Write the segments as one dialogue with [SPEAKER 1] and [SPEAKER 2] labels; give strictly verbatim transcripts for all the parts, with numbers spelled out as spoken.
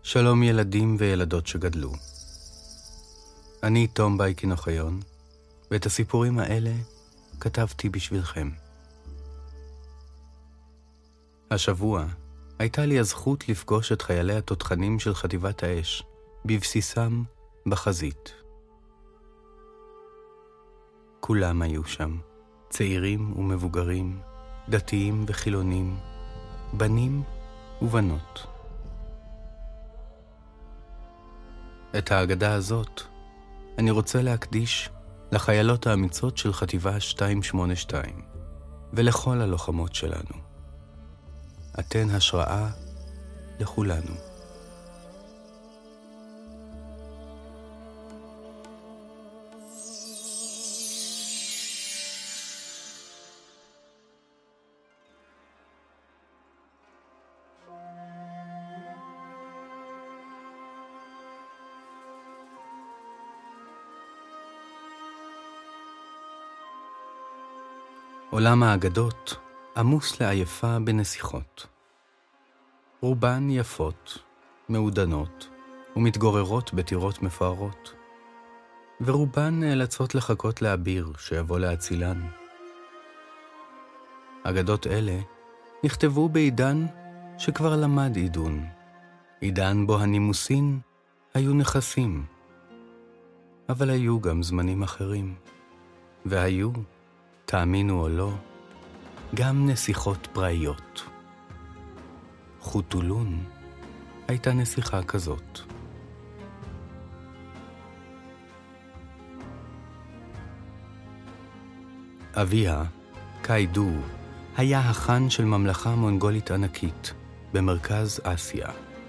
[SPEAKER 1] שלום ילדים וילדות שגדלו. אני תום בייקין אוחיון, ואת הסיפורים האלה כתבתי בשבילכם. השבוע הייתה לי הזכות לפגוש את חיילי התותחנים של חטיבת האש בבסיסם בחזית. כולם היו שם, צעירים ומבוגרים, דתיים וחילונים, בנים ובנות. את ההגדה הזאת אני רוצה להקדיש לחיילות האמיצות של חטיבה שתיים שמונה שתיים ולכל הלוחמות שלנו. אתן השראה לכולנו. עולם האגדות עמוס לעייפה בנסיכות. רובן יפות, מעודנות ומתגוררות בטירות מפוארות, ורובן נאלצות לחכות לאביר שיבוא להצילן. אגדות אלה נכתבו בעידן שכבר למד עידון, עידן בו הנימוסין היו נכסים. אבל היו גם זמנים אחרים, והיו, תאמינו או לא, גם נסיכות פראיות. חותולון הייתה נסיכה כזאת. אביה, קיידו, היה החאן של ממלכה מונגולית ענקית במרכז אסיה.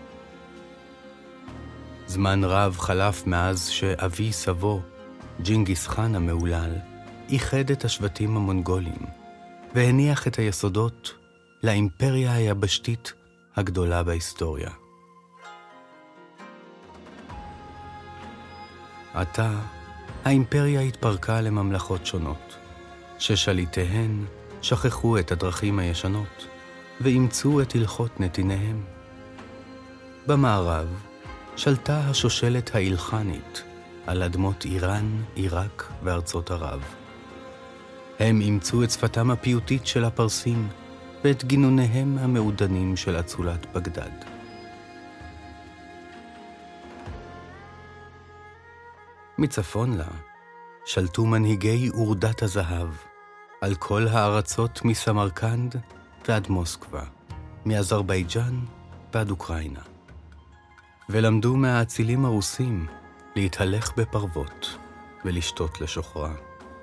[SPEAKER 1] זמן רב חלף מאז שאבי סבו, ג'ינגיס חאן המהולל, איחד את השבטים המונגולים והניח את היסודות לאימפריה היבשתית הגדולה בהיסטוריה. עתה האימפריה התפרקה לממלכות שונות, ששליטיהן שכחו את הדרכים הישנות ואימצו את הלכות נתיניהם. במערב שלטה השושלת האילחנית על אדמות איראן, עיראק וארצות ערב. הם אימצו את שפתם הפיוטית של הפרסים ואת גינוניהם המעודנים של אצולת בגדד. מצפון לה שלטו מנהיגי אורדת הזהב על כל הארצות מסמרקנד ועד מוסקבה, מאזרבייג'אן ועד אוקראינה, ולמדו מהאצילים הרוסים להתהלך בפרוות ולשתות לשוחרה.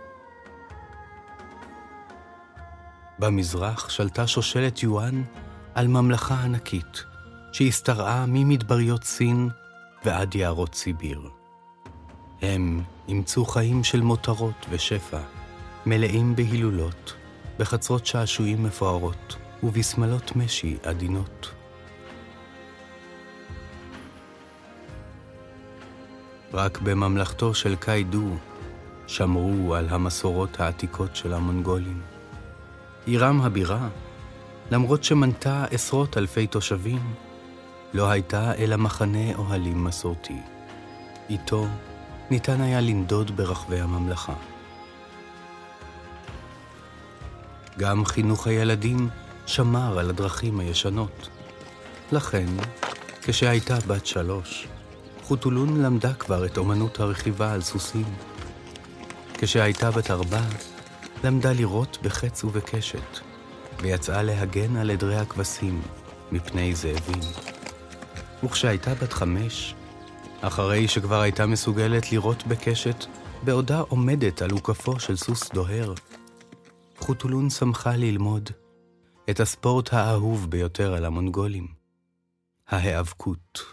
[SPEAKER 1] במזרח שלטה שושלת יואן על ממלכה ענקית שהסתרעה ממדבריות סין ועד יערות סיביר. הם אימצו חיים של מותרות ושפע, מלאים בהילולות, בחצרות שעשועים מפוארות ובשמלות משי עדינות. רק בממלכתו של קיידו שמרו על המסורות העתיקות של המונגולים. עירם הבירה, למרות שמנתה עשרות אלפי תושבים, לא הייתה אלא מחנה אוהלים מסורתי. איתו ניתן היה לנדוד ברחבי הממלכה. גם חינוך הילדים שמר על הדרכים הישנות. לכן, כשהייתה בת שלוש, חותולון למדה כבר את אומנות הרכיבה על סוסים. כשהייתה בת ארבע, למדה לירות בחץ ובקשת, ויצאה להגן על עדרי הכבשים מפני זאבים. וכשהייתה בת חמש, אחרי שכבר הייתה מסוגלת לירות בקשת בעודה עומדת על עוקפו של סוס דוהר, חותולון שמחה ללמוד את הספורט האהוב ביותר על המונגולים, ההיאבקות.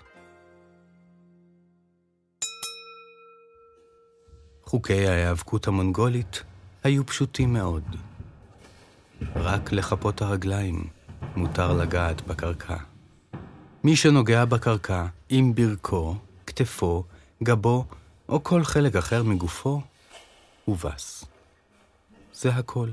[SPEAKER 1] חוקי ההיאבקות המונגולית היו פשוטים מאוד. רק לחפות הרגליים מותר לגעת בקרקע. מי שנוגע בקרקע עם ברכו, כתפו, גבו או כל חלק אחר מגופו, הובס. זה הכל.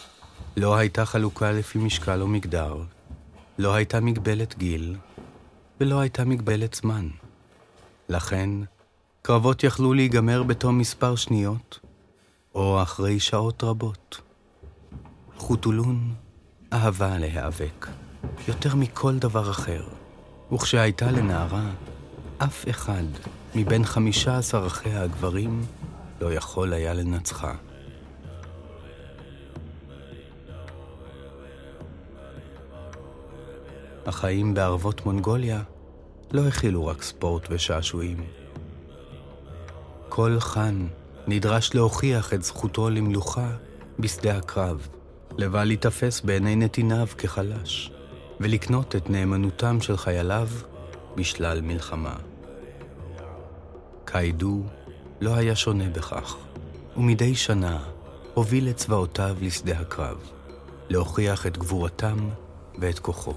[SPEAKER 1] לא הייתה חלוקה לפי משקל או מגדר, לא הייתה מגבלת גיל, ולא הייתה מגבלת זמן. לכן, קרבות יכלו להיגמר בתום מספר שניות, או אחרי שעות רבות. חוטולון אהבה להיאבק, יותר מכל דבר אחר, וכשהייתה לנערה, אף אחד מבין חמישה עשר אחיה הגברים לא יכול היה לנצחה. החיים בערבות מונגוליה לא הכילו רק ספורט ושעשועים. כל חן נדרש להוכיח את זכותו למלוכה בשדה הקרב, לבל להתאפס בעיני נתיניו כחלש, ולקנות את נאמנותם של חייליו בשלל מלחמה. קיידו לא היה שונה בכך, ומדי שנה הוביל את צבאותיו לשדה הקרב, להוכיח את גבורתם ואת כוחו.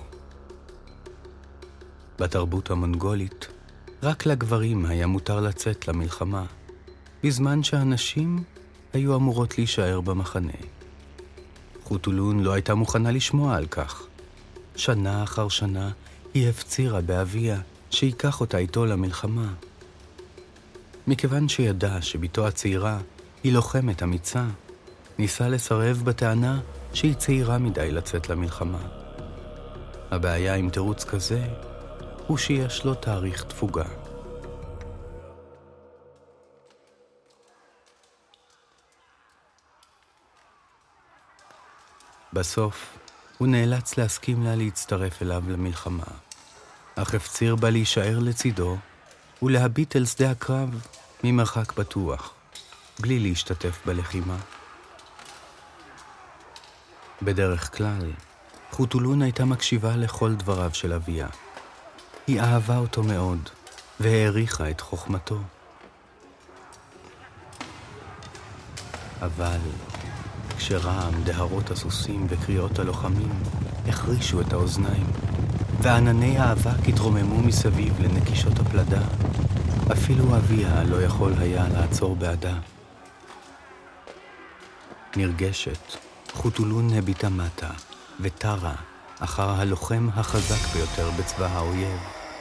[SPEAKER 1] בתרבות המונגולית, רק לגברים היה מותר לצאת למלחמה, בזמן שהנשים היו אמורות להישאר במחנה. חוטולון לא הייתה מוכנה לשמוע על כך. שנה אחר שנה היא הפצירה באביה שיקח אותה איתו למלחמה. מכיוון שידע שביתו הצעירה היא לוחמת אמיצה, ניסה לסרב בטענה שהיא צעירה מדי לצאת למלחמה. הבעיה עם תירוץ כזה הוא שיש לו תאריך תפוגה. בסוף הוא נאלץ להסכים לה להצטרף אליו למלחמה, אך הפציר בה להישאר לצידו ולהביט אל שדה הקרב ממרחק בטוח, בלי להשתתף בלחימה. בדרך כלל, חוטולון הייתה מקשיבה לכל דבריו של אביה. היא אהבה אותו מאוד והעריכה את חוכמתו. אבל כשרעם דהרות הסוסים וקריאות הלוחמים החרישו את האוזניים, וענני האבק התרוממו מסביב לנקישות הפלדה, אפילו אביה לא יכול היה לעצור בעדה. נרגשת, חוטולון הביטה מטה ותרה אחר הלוחם החזק ביותר בצבא האויב.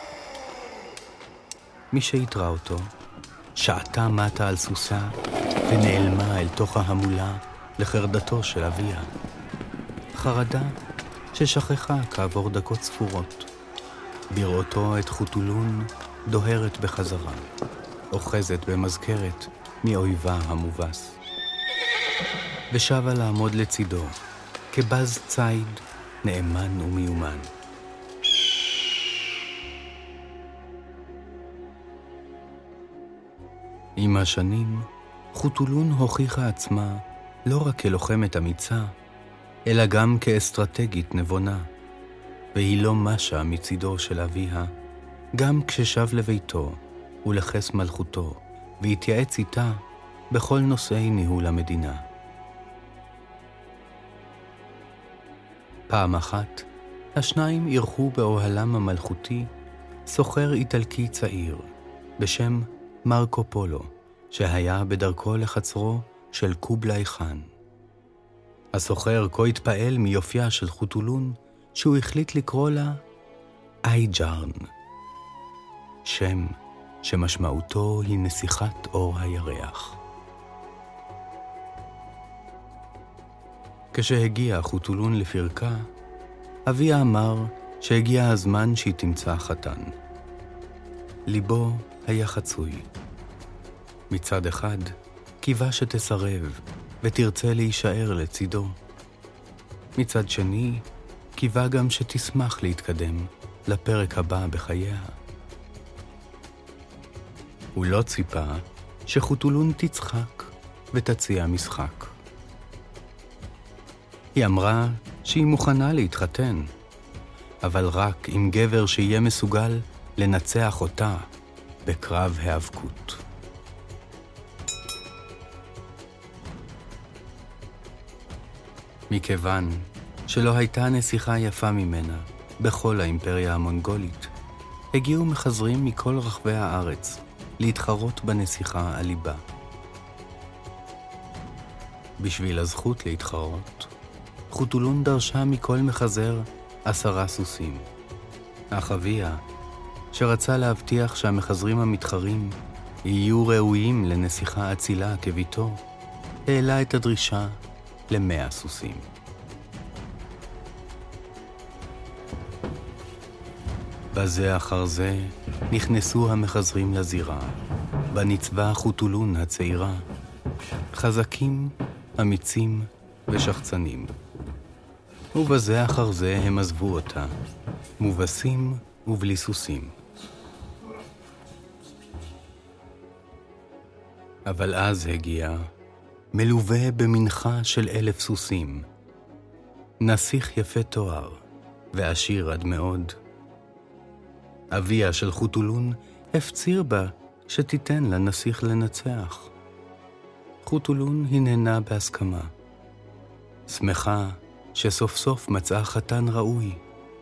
[SPEAKER 1] מי שהתראה אותו, שעטה מטה על סוסה ונעלמה אל תוך ההמולה לחרדתו של אביה. חרדה ששכחה כעבור דקות ספורות. בראותו את חוטולון דוהרת בחזרה, אוחזת במזכרת מאויבה המובס. ושבה לעמוד לצידו, כבז ציד נאמן ומיומן. עם השנים, חוטולון הוכיחה עצמה לא רק כלוחמת אמיצה, אלא גם כאסטרטגית נבונה, והיא לא משה מצידו של אביה, גם כששב לביתו ולחס מלכותו, והתייעץ איתה בכל נושאי ניהול המדינה. פעם אחת, השניים אירחו באוהלם המלכותי סוחר איטלקי צעיר, בשם מרקו פולו, שהיה בדרכו לחצרו של קובלאי חאן. הסוחר כה התפעל מיופייה של חוטולון, שהוא החליט לקרוא לה אייג'רן, שם שמשמעותו היא נסיכת אור הירח. כשהגיע חוטולון לפרקה, אביה אמר שהגיע הזמן שהיא תמצא חתן. ליבו היה חצוי. מצד אחד, קיווה שתסרב ותרצה להישאר לצידו. מצד שני, קיווה גם שתשמח להתקדם לפרק הבא בחייה. הוא לא ציפה שחוטולון תצחק ותציע משחק. היא אמרה שהיא מוכנה להתחתן, אבל רק עם גבר שיהיה מסוגל לנצח אותה בקרב האבקות. מכיוון שלא הייתה נסיכה יפה ממנה בכל האימפריה המונגולית, הגיעו מחזרים מכל רחבי הארץ להתחרות בנסיכה על ליבה. בשביל הזכות להתחרות, חוטולון דרשה מכל מחזר עשרה סוסים. אך אביה שרצה להבטיח שהמחזרים המתחרים יהיו ראויים לנסיכה אצילה כביתו, העלה את הדרישה למאה סוסים. בזה אחר זה נכנסו המחזרים לזירה, בנצבה חוטולון הצעירה, חזקים, אמיצים ושחצנים. ובזה אחר זה הם עזבו אותה, מובסים ובלי סוסים. אבל אז הגיע, מלווה במנחה של אלף סוסים, נסיך יפה תואר ועשיר עד מאוד. אביה של חוטולון הפציר בה שתיתן לנסיך לנצח. חוטולון הנהנה בהסכמה, שמחה שסוף סוף מצאה חתן ראוי.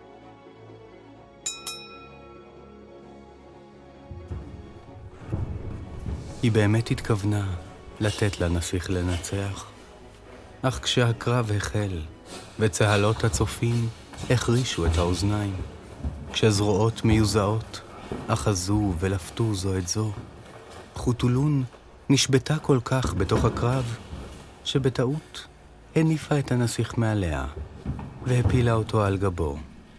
[SPEAKER 1] היא באמת התכוונה לתת לנסיך לנצח, אך כשהקרב החל וצהלות הצופים החרישו את האוזניים, כשזרועות מיוזעות אחזו ולפתו זו את זו, חוטולון נשבתה כל כך בתוך הקרב שבטעות הניפה את הנסיך מעליה והפילה אותו על גבו.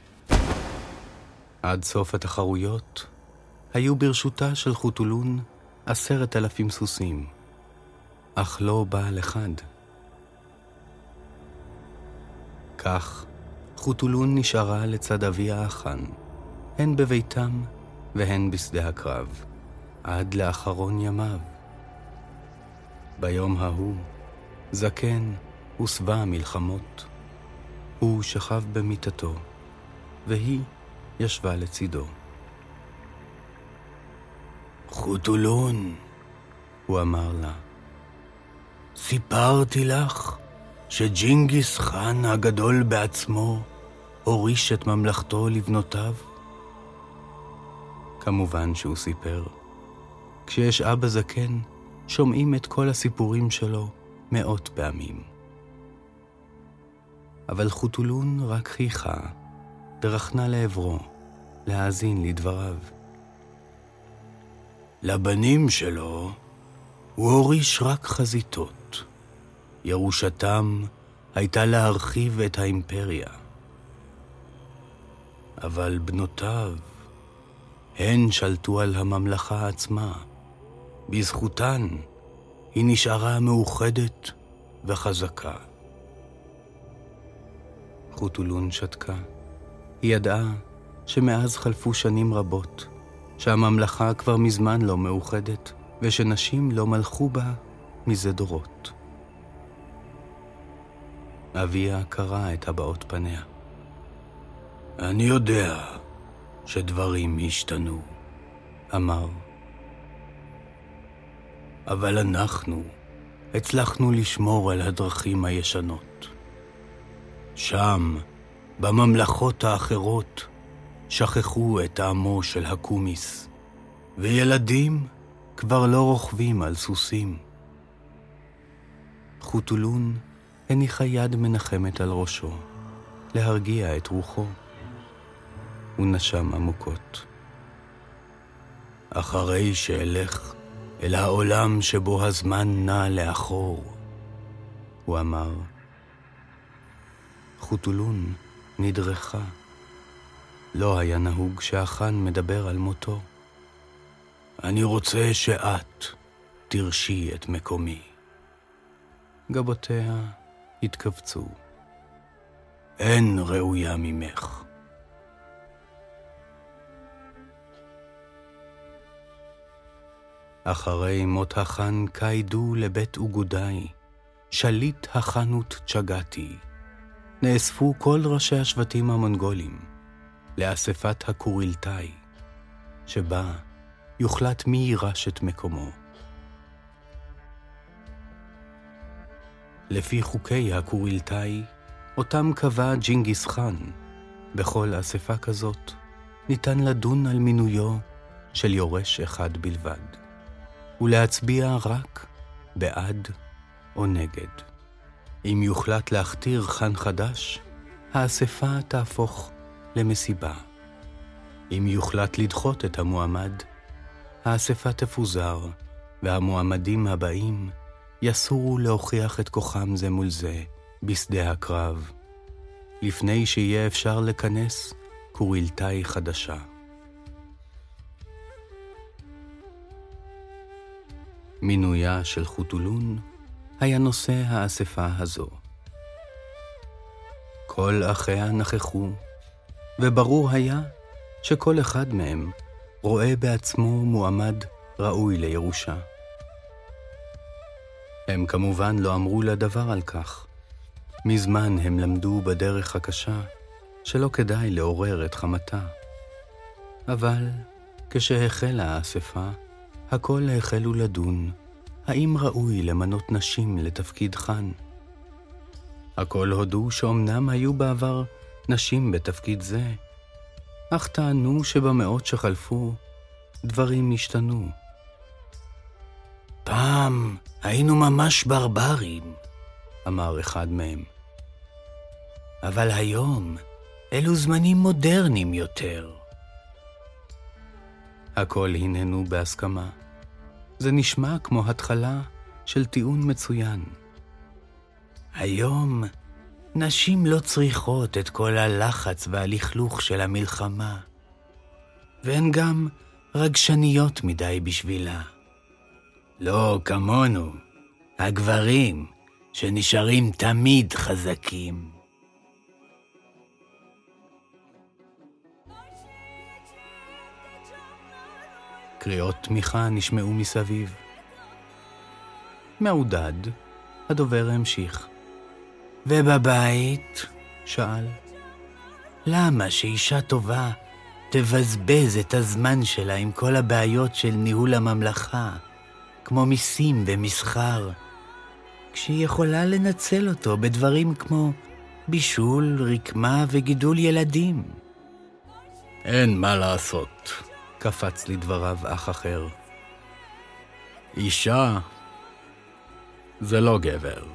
[SPEAKER 1] עד סוף התחרויות היו ברשותה של חוטולון עשרת אלפים סוסים, אך לא בעל אחד. כך חוטולון נשארה לצד אביה החן, הן בביתם והן בשדה הקרב, עד לאחרון ימיו. ביום ההוא, זקן ושבע מלחמות, הוא שכב במיטתו, והיא ישבה לצידו. חוטולון, הוא אמר לה, סיפרתי לך שג'ינגיס חאן הגדול בעצמו הוריש את ממלכתו לבנותיו? כמובן שהוא סיפר. כשיש אבא זקן, שומעים את כל הסיפורים שלו מאות פעמים. אבל חוטולון רק חייכה, ורחנה לעברו, להאזין לדבריו. לבנים שלו הוא הוריש רק חזיתות. ירושתם הייתה להרחיב את האימפריה. אבל בנותיו, הן שלטו על הממלכה עצמה. בזכותן היא נשארה מאוחדת וחזקה. חוטולון שתקה. היא ידעה שמאז חלפו שנים רבות, שהממלכה כבר מזמן לא מאוחדת, ושנשים לא מלכו בה מזה דורות. אביה קרא את הבעות פניה. אני יודע שדברים השתנו, אמר. אבל אנחנו הצלחנו לשמור על הדרכים הישנות. שם, בממלכות האחרות, שכחו את טעמו של הקומיס, וילדים כבר לא רוכבים על סוסים. חוטולון הניחה יד מנחמת על ראשו, להרגיע את רוחו. הוא נשם עמוקות. אחרי שאלך אל העולם שבו הזמן נע לאחור, הוא אמר. חוטולון נדרכה. לא היה נהוג שהחן מדבר על מותו. אני רוצה שאת תרשי את מקומי. גבותיה התכווצו. אין ראויה ממך. אחרי מות החן קיידו לבית אוגודאי, שליט החנות צ'גאטי. נאספו כל ראשי השבטים המונגולים לאספת הקורילטאי, שבה יוחלט מי יירש את מקומו. לפי חוקי הקורילטאי, אותם קבע ג'ינגיס חאן, בכל אספה כזאת ניתן לדון על מינויו של יורש אחד בלבד, ולהצביע רק בעד או נגד. אם יוחלט להכתיר חאן חדש, האספה תהפוך למסיבה. אם יוחלט לדחות את המועמד, האספה תפוזר, והמועמדים הבאים יסורו להוכיח את כוחם זה מול זה בשדה הקרב, לפני שיהיה אפשר לכנס קורילטאי חדשה. מינויה של חותולון היה נושא האספה הזו. כל אחיה נכחו, וברור היה שכל אחד מהם רואה בעצמו מועמד ראוי לירושה. הם כמובן לא אמרו לדבר על כך. מזמן הם למדו בדרך הקשה שלא כדאי לעורר את חמתה. אבל כשהחלה האספה, הכל החלו לדון, האם ראוי למנות נשים לתפקיד חן. הכל הודו שאומנם היו בעבר נשים בתפקיד זה, אך טענו שבמאות שחלפו דברים השתנו. פעם היינו ממש ברברים, אמר אחד מהם. אבל היום אלו זמנים מודרניים יותר. הכל הנהנו בהסכמה. זה נשמע כמו התחלה של טיעון מצוין. היום נשים לא צריכות את כל הלחץ והלכלוך של המלחמה, והן גם רגשניות מדי בשבילה. לא כמונו, הגברים שנשארים תמיד חזקים. קריאות תמיכה נשמעו מסביב. מעודד, הדובר המשיך. ובבית? שאל. למה שאישה טובה תבזבז את הזמן שלה עם כל הבעיות של ניהול הממלכה, כמו מיסים ומסחר, כשהיא יכולה לנצל אותו בדברים כמו בישול, רקמה וגידול ילדים? אין מה לעשות, קפץ לדבריו אח אחר. אישה זה לא גבר.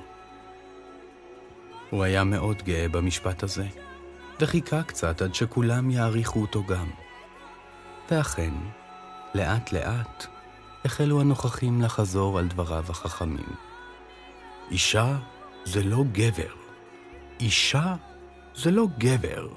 [SPEAKER 1] הוא היה מאוד גאה במשפט הזה, וחיכה קצת עד שכולם יעריכו אותו גם. ואכן, לאט לאט החלו הנוכחים לחזור על דבריו החכמים. אישה זה לא גבר. אישה זה לא גבר.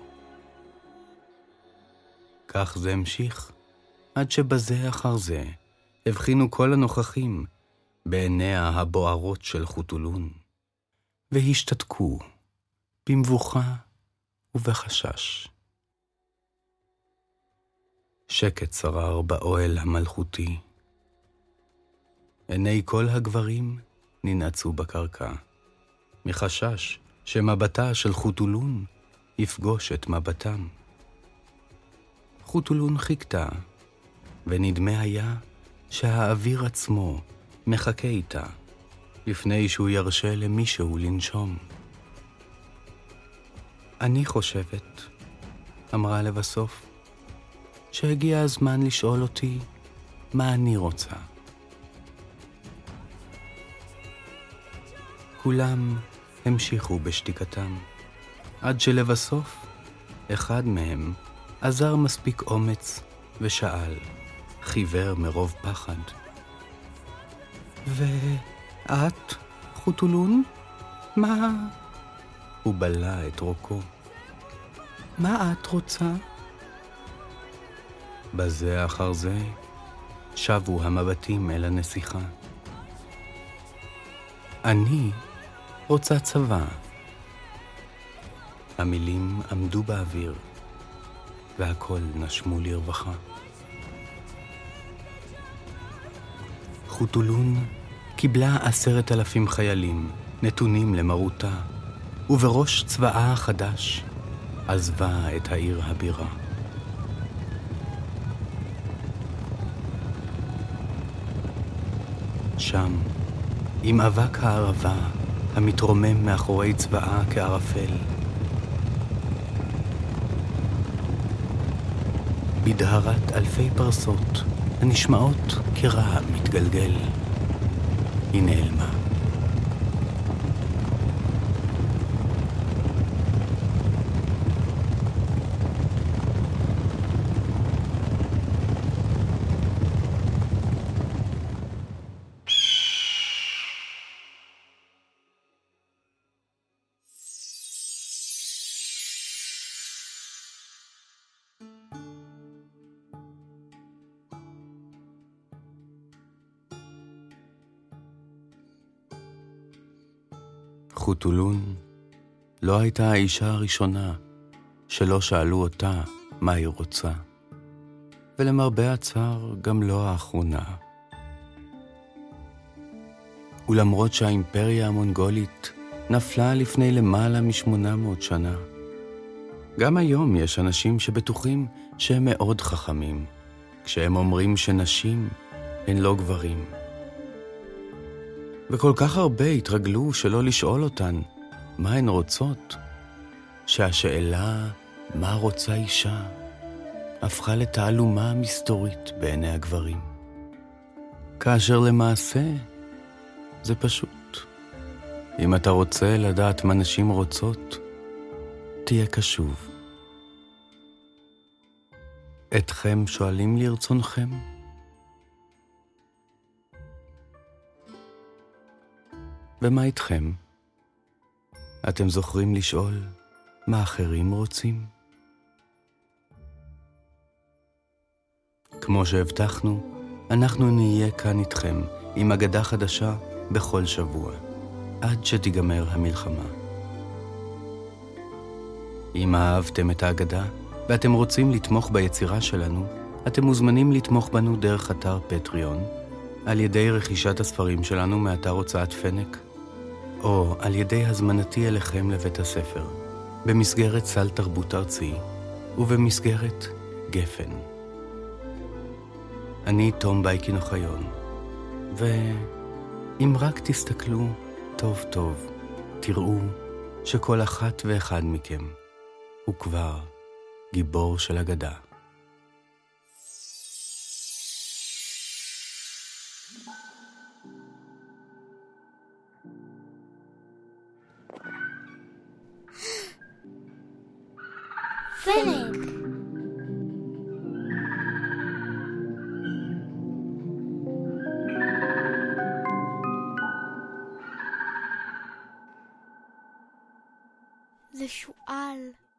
[SPEAKER 1] כך זה המשיך, עד שבזה אחר זה הבחינו כל הנוכחים בעיניה הבוערות של חותולון, והשתתקו במבוכה ובחשש. שקט שרר באוהל המלכותי. עיני כל הגברים ננעצו בקרקע, מחשש שמבטה של חותולון יפגוש את מבטם. חותולון חיכתה, ונדמה היה שהאוויר עצמו מחכה איתה, לפני שהוא ירשה למישהו לנשום. אני חושבת, אמרה לבסוף, שהגיע הזמן לשאול אותי מה אני רוצה. כולם המשיכו בשתיקתם, עד שלבסוף אחד מהם עזר מספיק אומץ ושאל, חיוור מרוב פחד. ואת, חותולון? מה? הוא בלע את רוקו. מה את רוצה? בזה אחר זה שבו המבטים אל הנסיכה. אני רוצה צבא. המילים עמדו באוויר, והכל נשמו לרווחה. חותולון קיבלה עשרת אלפים חיילים נתונים למרותה, ובראש צבאה החדש עזבה את העיר הבירה. שם, עם אבק הערבה המתרומם מאחורי צבאה כערפל, בדהרת אלפי פרסות הנשמעות כרע מתגלגל, היא נעלמה. חותולון לא הייתה האישה הראשונה שלא שאלו אותה מה היא רוצה, ולמרבה הצער גם לא האחרונה. ולמרות שהאימפריה המונגולית נפלה לפני למעלה משמונה מאות שנה, גם היום יש אנשים שבטוחים שהם מאוד חכמים, כשהם אומרים שנשים הן לא גברים. וכל כך הרבה התרגלו שלא לשאול אותן מה הן רוצות, שהשאלה מה רוצה אישה הפכה לתעלומה מסתורית בעיני הגברים. כאשר למעשה זה פשוט. אם אתה רוצה לדעת מה נשים רוצות, תהיה קשוב. אתכם שואלים לרצונכם? ומה איתכם? אתם זוכרים לשאול מה אחרים רוצים? כמו שהבטחנו, אנחנו נהיה כאן איתכם עם אגדה חדשה בכל שבוע, עד שתיגמר המלחמה. אם אהבתם את האגדה ואתם רוצים לתמוך ביצירה שלנו, אתם מוזמנים לתמוך בנו דרך אתר פטריון, על ידי רכישת הספרים שלנו מאתר הוצאת פנק, או על ידי הזמנתי אליכם לבית הספר, במסגרת סל תרבות ארצי ובמסגרת גפן. אני תום בייקין אוחיון, ואם רק תסתכלו טוב טוב, תראו שכל אחת ואחד מכם הוא כבר גיבור של אגדה.
[SPEAKER 2] פנק. זה שואל.